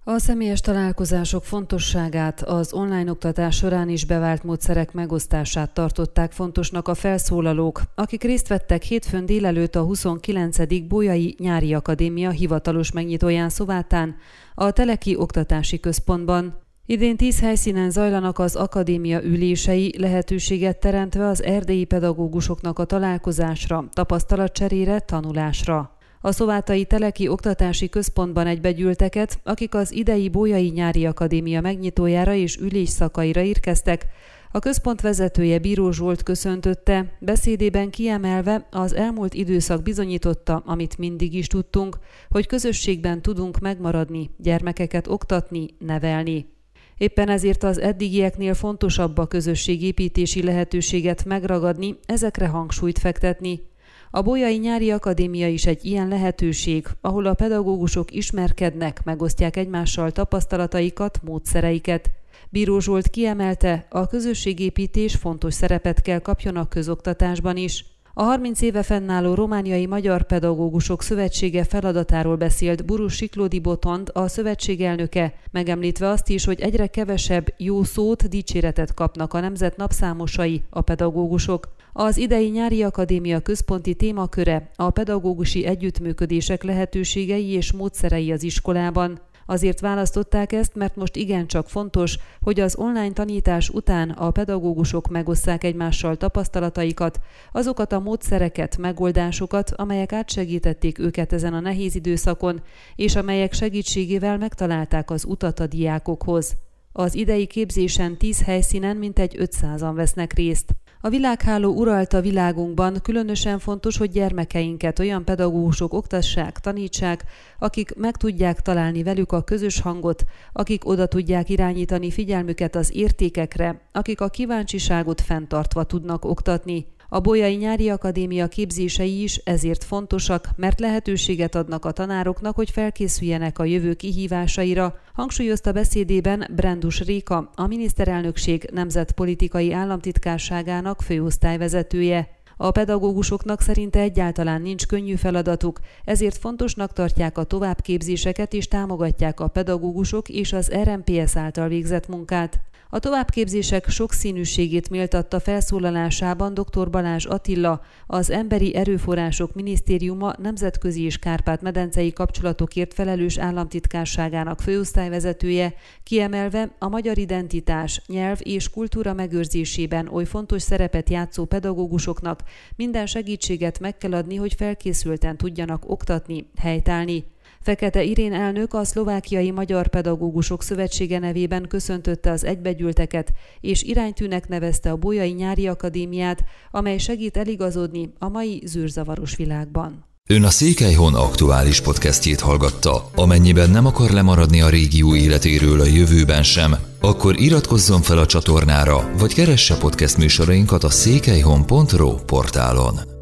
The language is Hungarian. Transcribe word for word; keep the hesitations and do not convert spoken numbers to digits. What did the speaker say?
A személyes találkozások fontosságát, az online oktatás során is bevált módszerek megosztását tartották fontosnak a felszólalók, akik részt vettek hétfőn délelőtt a huszonkilencedik Bolyai Nyári Akadémia hivatalos megnyitóján Szovátán, a Teleki Oktatási Központban. Idén tíz helyszínen zajlanak az akadémia ülései, lehetőséget teremtve az erdélyi pedagógusoknak a találkozásra, tapasztalatcserére, tanulásra. A szovátai Teleki Oktatási Központban egybegyűlteket, akik az idei Bolyai Nyári Akadémia megnyitójára és ülésszakaira érkeztek, a központ vezetője Bíró Zsolt köszöntötte, beszédében kiemelve az elmúlt időszak bizonyította, amit mindig is tudtunk, hogy közösségben tudunk megmaradni, gyermekeket oktatni, nevelni. Éppen ezért az eddigieknél fontosabb a közösségépítési lehetőséget megragadni, ezekre hangsúlyt fektetni. A Bolyai Nyári Akadémia is egy ilyen lehetőség, ahol a pedagógusok ismerkednek, megosztják egymással tapasztalataikat, módszereiket. Bíró Zsolt kiemelte, a közösségépítés fontos szerepet kell kapjon a közoktatásban is. A harminc éve fennálló Romániai Magyar Pedagógusok Szövetsége feladatáról beszélt Burus Siklódi Botond, a szövetség elnöke, megemlítve azt is, hogy egyre kevesebb jó szót, dicséretet kapnak a nemzet napszámosai, a pedagógusok. Az idei Nyári Akadémia központi témaköre a pedagógusi együttműködések lehetőségei és módszerei az iskolában. Azért választották ezt, mert most igencsak fontos, hogy az online tanítás után a pedagógusok megosszák egymással tapasztalataikat, azokat a módszereket, megoldásokat, amelyek átsegítették őket ezen a nehéz időszakon, és amelyek segítségével megtalálták az utat a diákokhoz. Az idei képzésen tíz helyszínen mintegy ötszázan vesznek részt. A világháló uralta világunkban különösen fontos, hogy gyermekeinket olyan pedagógusok oktassák, tanítsák, akik meg tudják találni velük a közös hangot, akik oda tudják irányítani figyelmüket az értékekre, akik a kíváncsiságot fenntartva tudnak oktatni. A Bolyai Nyári Akadémia képzései is ezért fontosak, mert lehetőséget adnak a tanároknak, hogy felkészüljenek a jövő kihívásaira, hangsúlyozta beszédében Brendus Réka, a miniszterelnökség nemzetpolitikai államtitkárságának főosztályvezetője. A pedagógusoknak szerinte egyáltalán nincs könnyű feladatuk, ezért fontosnak tartják a továbbképzéseket és támogatják a pedagógusok és az er em pé es által végzett munkát. A továbbképzések sokszínűségét méltatta felszólalásában dr. Balázs Attila, az Emberi Erőforrások Minisztériuma nemzetközi és Kárpát-medencei kapcsolatokért felelős államtitkárságának főosztályvezetője, kiemelve a magyar identitás, nyelv és kultúra megőrzésében oly fontos szerepet játszó pedagógusoknak minden segítséget meg kell adni, hogy felkészülten tudjanak oktatni, helytállni. Fekete Irén elnök a Szlovákiai Magyar Pedagógusok Szövetsége nevében köszöntötte az egybegyűlteket, és iránytűnek nevezte a Bolyai Nyári Akadémiát, amely segít eligazodni a mai zűrzavaros világban. Ön a Székelyhon aktuális podcastjét hallgatta. Amennyiben nem akar lemaradni a régió életéről a jövőben sem, akkor iratkozzon fel a csatornára, vagy keresse podcast műsorainkat a székelyhon pont ro portálon.